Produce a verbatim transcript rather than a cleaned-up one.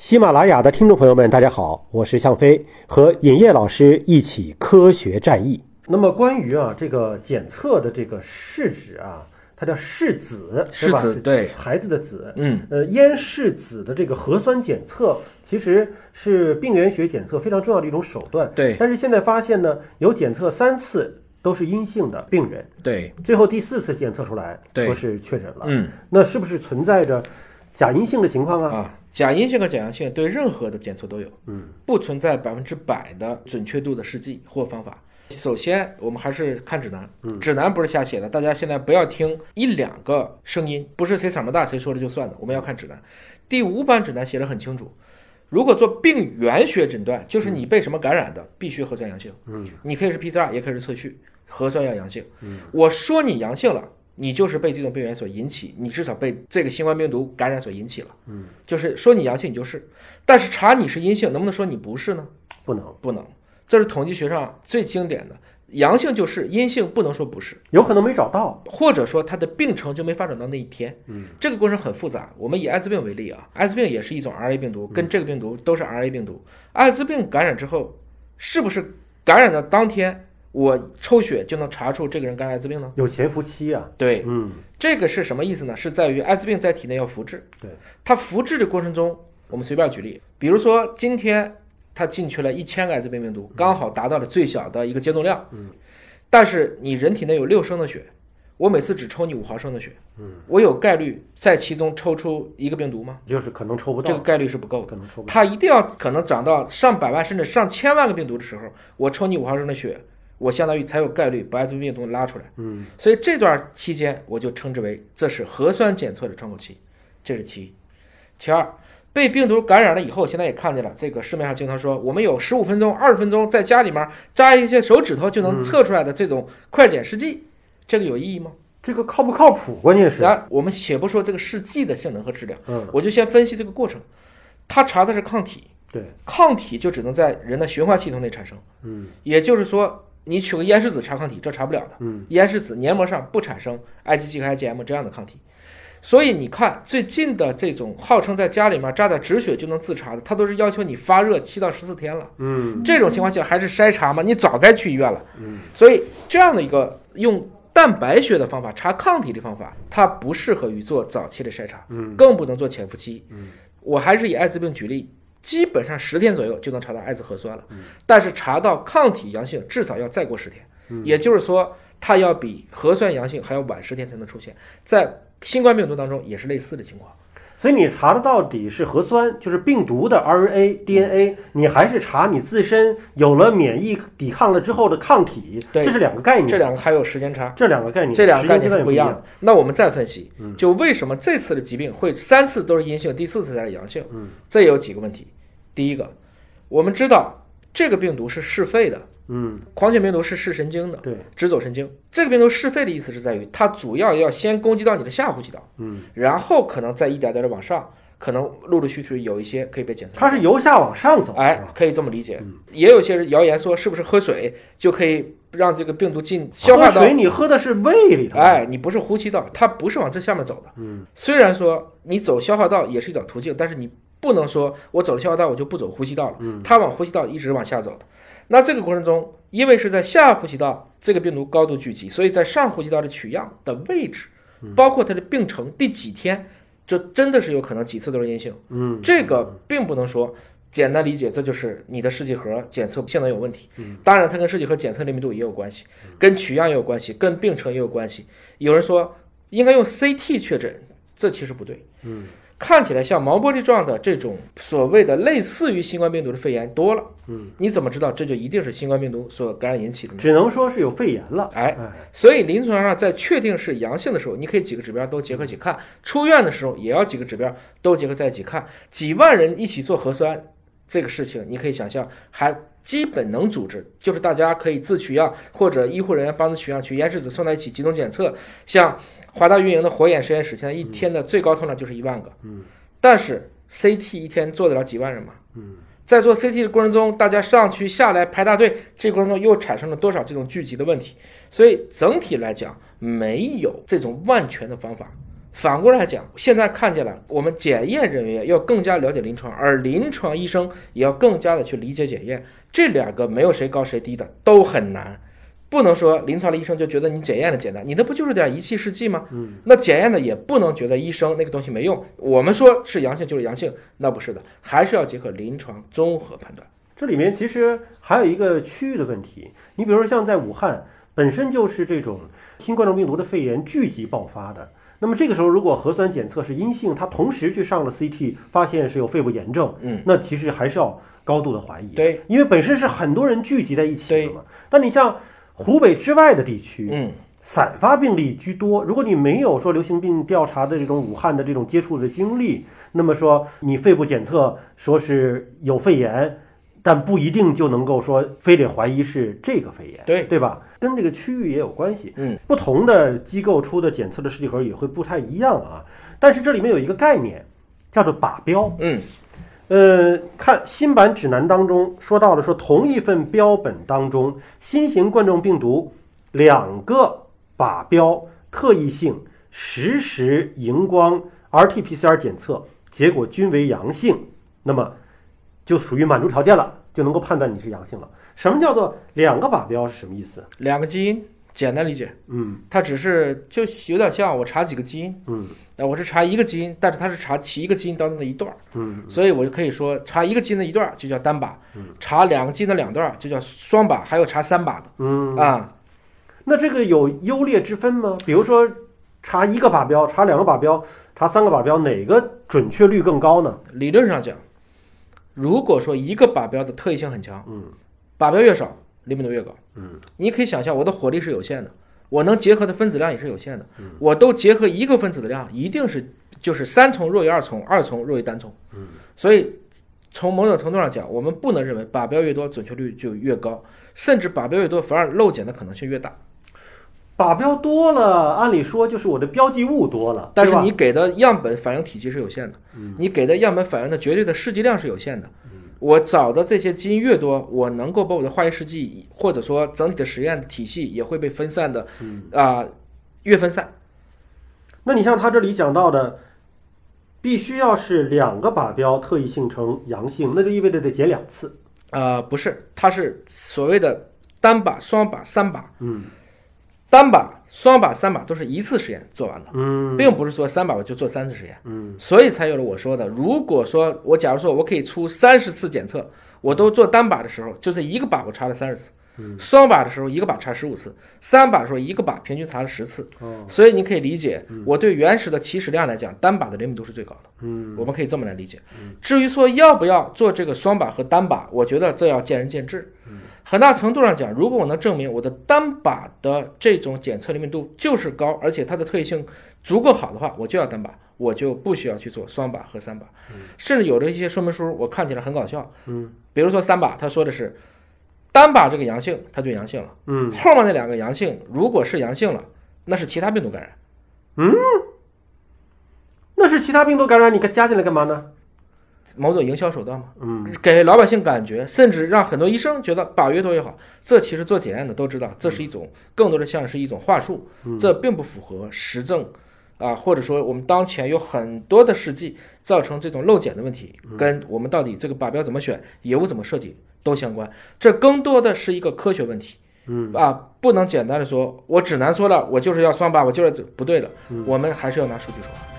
喜马拉雅的听众朋友们，大家好，我是向飞，和尹烨老师一起科学战役。那么关于啊这个检测的这个试纸啊，它叫试子， 试子对， 孩子的子， 嗯， 呃，咽拭子的这个核酸检测其实是病原学检测非常重要的一种手段， 对。 但是现在发现呢，有检测三次都是阴性的病人， 对， 最后第四次检测出来说是确诊了， 嗯， 那是不是存在着假阴性的情况啊？ 啊，假阴性和假阳性对任何的检测都有， 嗯， 不存在百分之百的准确度的试剂或方法。首先，我们还是看指南， 嗯， 指南不是瞎写的，大家现在不要听一两个声音，不是谁嗓门大谁说了就算的，我们要看指南。第五版指南写得很清楚，如果做病原学诊断，就是你被什么感染的，必须核酸阳性， 嗯， 你可以是 P C R， 也可以是测序，核酸要阳性， 嗯， 我说你阳性了。你就是被这种病原所引起，你至少被这个新冠病毒感染所引起了， 嗯， 就是说你阳性你就是，但是查你是阴性，能不能说你不是呢？ 不能， 不能，这是统计学上最经典的，阳性就是，阴性不能说不是， 有可能没找到， 或者说它的病程就没发展到那一天， 嗯， 这个过程很复杂。我们以艾滋病为例啊，艾滋病也是一种 R A 病毒，跟这个病毒都是 R A 病毒，艾滋病感染之后，是不是感染的当天？我抽血就能查出这个人感染艾滋病呢？ 有潜伏期啊。 对， 嗯， 这个是什么意思呢？是在于艾滋病在体内要复制。 对， 它复制的过程中，我们随便举例，比如说今天它进去了一千个艾滋病病毒，刚好达到了最小的一个阶动量。 嗯， 但是你人体内有六升的血，我每次只抽你五毫升的血。 嗯， 我有概率在其中抽出一个病毒吗？ 就是可能抽不到， 这个概率是不够的。 可能抽不到。 它一定要可能长到上百万甚至上千万个病毒的时候，我抽你五毫升的血。我相当于才有概率把艾滋病病毒拉出来， 嗯， 所以这段期间我就称之为这是核酸检测的窗口期，这是其一。其二，被病毒感染了以后，现在也看见了，这个市面上经常说我们有十五分钟、二十分钟在家里面扎一些手指头就能测出来的这种快检试剂，这个有意义吗？ 这个靠不靠谱？关键是， 然我们且不说这个试剂的性能和质量， 嗯， 我就先分析这个过程。它查的是抗体， 对， 抗体就只能在人的循环系统内产生， 嗯， 也就是说。你取个咽拭子查抗体，这查不了的。 嗯， 咽拭子黏膜上不产生 IgG 和 IgM 这样的抗体，所以你看最近的这种号称在家里面扎点止血就能自查的，它都是要求你发热七到十四天了。 嗯， 这种情况下还是筛查吗？你早该去医院了。 嗯， 所以这样的一个用蛋白学的方法查抗体的方法，它不适合于做早期的筛查， 嗯， 更不能做潜伏期。 嗯， 我还是以艾滋病举例。基本上十天左右就能查到艾滋核酸了，但是查到抗体阳性至少要再过十天，也就是说它要比核酸阳性还要晚十天才能出现，在新冠病毒当中也是类似的情况。 所以你查的到底是核酸，就是病毒的 R N A、D N A， 你还是查你自身有了免疫抵抗了之后的抗体，这是两个概念。 这两个还有时间差， 这两个概念， 这两个概念是不一样的。 那我们再分析，就为什么这次的疾病会三次都是阴性，第四次才是阳性？ 嗯， 这有几个问题。第一个，我们知道这个病毒是嗜肺的。 嗯， 狂犬病毒是视神经的， 对， 直走神经。这个病毒嗜肺的意思是在于，它主要要先攻击到你的下呼吸道， 嗯， 然后可能再一点点的往上，可能陆陆续续有一些可以被检测。 它是由下往上走， 哎，可以这么理解。 嗯、 也有些谣言说，是不是喝水就可以让这个病毒进消化道？ 喝水你喝的是胃里头， 哎，你不是呼吸道，它不是往这下面走的。 嗯， 虽然说你走消化道也是一种途径，但是你不能说我走了消化道我就不走呼吸道了， 嗯， 它往呼吸道一直往下走的。那这个过程中，因为是在下呼吸道这个病毒高度聚集，所以在上呼吸道的取样的位置，包括它的病程第几天，这真的是有可能几次都是阴性。 嗯， 这个并不能说简单理解，这就是你的试剂盒检测性能有问题。当然，它跟试剂盒检测灵敏度也有关系，跟取样也有关系，跟病程也有关系。有人说应该用 C T 确诊，这其实不对。 嗯。 看起来像毛玻璃状的这种所谓的类似于新冠病毒的肺炎多了， 嗯， 你怎么知道这就一定是新冠病毒所感染引起的呢？ 只能说是有肺炎了。 哎，所以临床上在确定是阳性的时候，你可以几个指标都结合起看；出院的时候也要几个指标都结合在一起看。几万人一起做核酸这个事情，你可以想象还基本能组织，就是大家可以自取样，或者医护人员帮着取样，取咽拭子送在一起集中检测。像华大运营的火眼实验室，现在一天的最高通量就是一万个， 嗯， 但是 C T 一天做得了几万人吗？ 嗯， 在做 C T 的过程中，大家上去下来排大队，这个过程中又产生了多少这种聚集的问题？所以整体来讲，没有这种万全的方法反过来讲，现在看见了，我们检验人员要更加了解临床，而临床医生也要更加的去理解检验，这两个没有谁高谁低的，都很难。不能说临床的医生就觉得你检验的简单，你那不就是点仪器试剂吗？嗯，那检验的也不能觉得医生那个东西没用，我们说是阳性就是阳性，那不是的，还是要结合临床综合判断。 这里面其实还有一个区域的问题，你比如说像在武汉，本身就是这种新冠状病毒的肺炎聚集爆发的，那么这个时候如果核酸检测是阴性，他同时去上了 C T， 发现是有肺部炎症，嗯，那其实还是要高度的怀疑， 对， 因为本身是很多人聚集在一起的嘛。但你像湖北之外的地区，嗯，散发病例居多。如果你没有说流行病调查的这种武汉的这种接触的经历，那么说你肺部检测说是有肺炎，但不一定就能够说非得怀疑是这个肺炎， 对对吧？跟这个区域也有关系。 嗯， 不同的机构出的检测的试剂盒也会不太一样啊。但是这里面有一个概念叫做靶标， 嗯。 呃，看新版指南当中说到了，说同一份标本当中，新型冠状病毒两个靶标特异性实时荧光 R T P C R 检测结果均为阳性，那么就属于满足条件了，就能够判断你是阳性了。什么叫做两个靶标是什么意思？ 两个基因，简单理解，嗯，它只是就有点像我查几个基因，嗯。那我是查一个基因，但是它是查其一个基因当中的一段，嗯，所以我就可以说查一个基因的一段就叫单靶，嗯，查两个基因的两段就叫双靶，还有查三靶的，嗯啊， 那这个有优劣之分吗？比如说查一个靶标，查两个靶标，查三个靶标，哪个准确率更高呢？ 理论上讲，如果说一个靶标的特异性很强，嗯，靶标越少，灵敏度越高，嗯，你可以想象我的火力是有限的。我能结合的分子量也是有限的，我都结合一个分子的量，一定是就是三重弱于二重，二重弱于单重。所以从某种程度上讲，我们不能认为靶标越多准确率就越高，甚至靶标越多反而漏检的可能性越大。 靶标多了，按理说就是我的标记物多了， 但是你给的样本反应体积是有限的，你给的样本反应的绝对的试剂量是有限的。我找的这些基因越多，我能够把我的化学试剂或者说整体的实验体系也会被分散的，啊、呃，越分散。 那你像他这里讲到的，必须要是两个靶标特异性呈阳性，那就意味着得检两次。 呃，不是，它是所谓的单靶、双靶、三靶。嗯，单靶、双靶、三靶都是一次实验做完的，嗯，并不是说三靶我就做三次实验，嗯，所以才有了我说的，如果说我假如说我可以出三十次检测，我都做单靶的时候，就是一个靶我查了三十次，嗯，双靶的时候一个靶查十五次，三靶的时候一个靶平均查了十次，哦，所以你可以理解，我对原始的起始量来讲，单靶的灵敏度是最高的，嗯，我们可以这么来理解。至于说要不要做这个双靶和单靶，我觉得这要见仁见智。很大程度上讲，如果我能证明我的单靶的这种检测灵敏度就是高，而且它的特异性足够好的话，我就要单靶，我就不需要去做双靶和三靶。嗯，甚至有的一些说明书我看起来很搞笑，嗯，比如说三靶，他说的是单靶这个阳性，它就阳性了，嗯，后面那两个阳性如果是阳性了，那是其他病毒感染， 嗯，那是其他病毒感染，你加进来干嘛呢？ 某种营销手段嘛，嗯，给老百姓感觉，甚至让很多医生觉得靶越多越好。这其实做检验的都知道，这是一种更多的像是一种话术，这并不符合实证啊，或者说我们当前有很多的试剂造成这种漏检的问题，跟我们到底这个靶标怎么选、业务怎么设计都相关。这更多的是一个科学问题，嗯啊，不能简单的说，我指南说了，我就是要双靶，我就是不对的，我们还是要拿数据说话。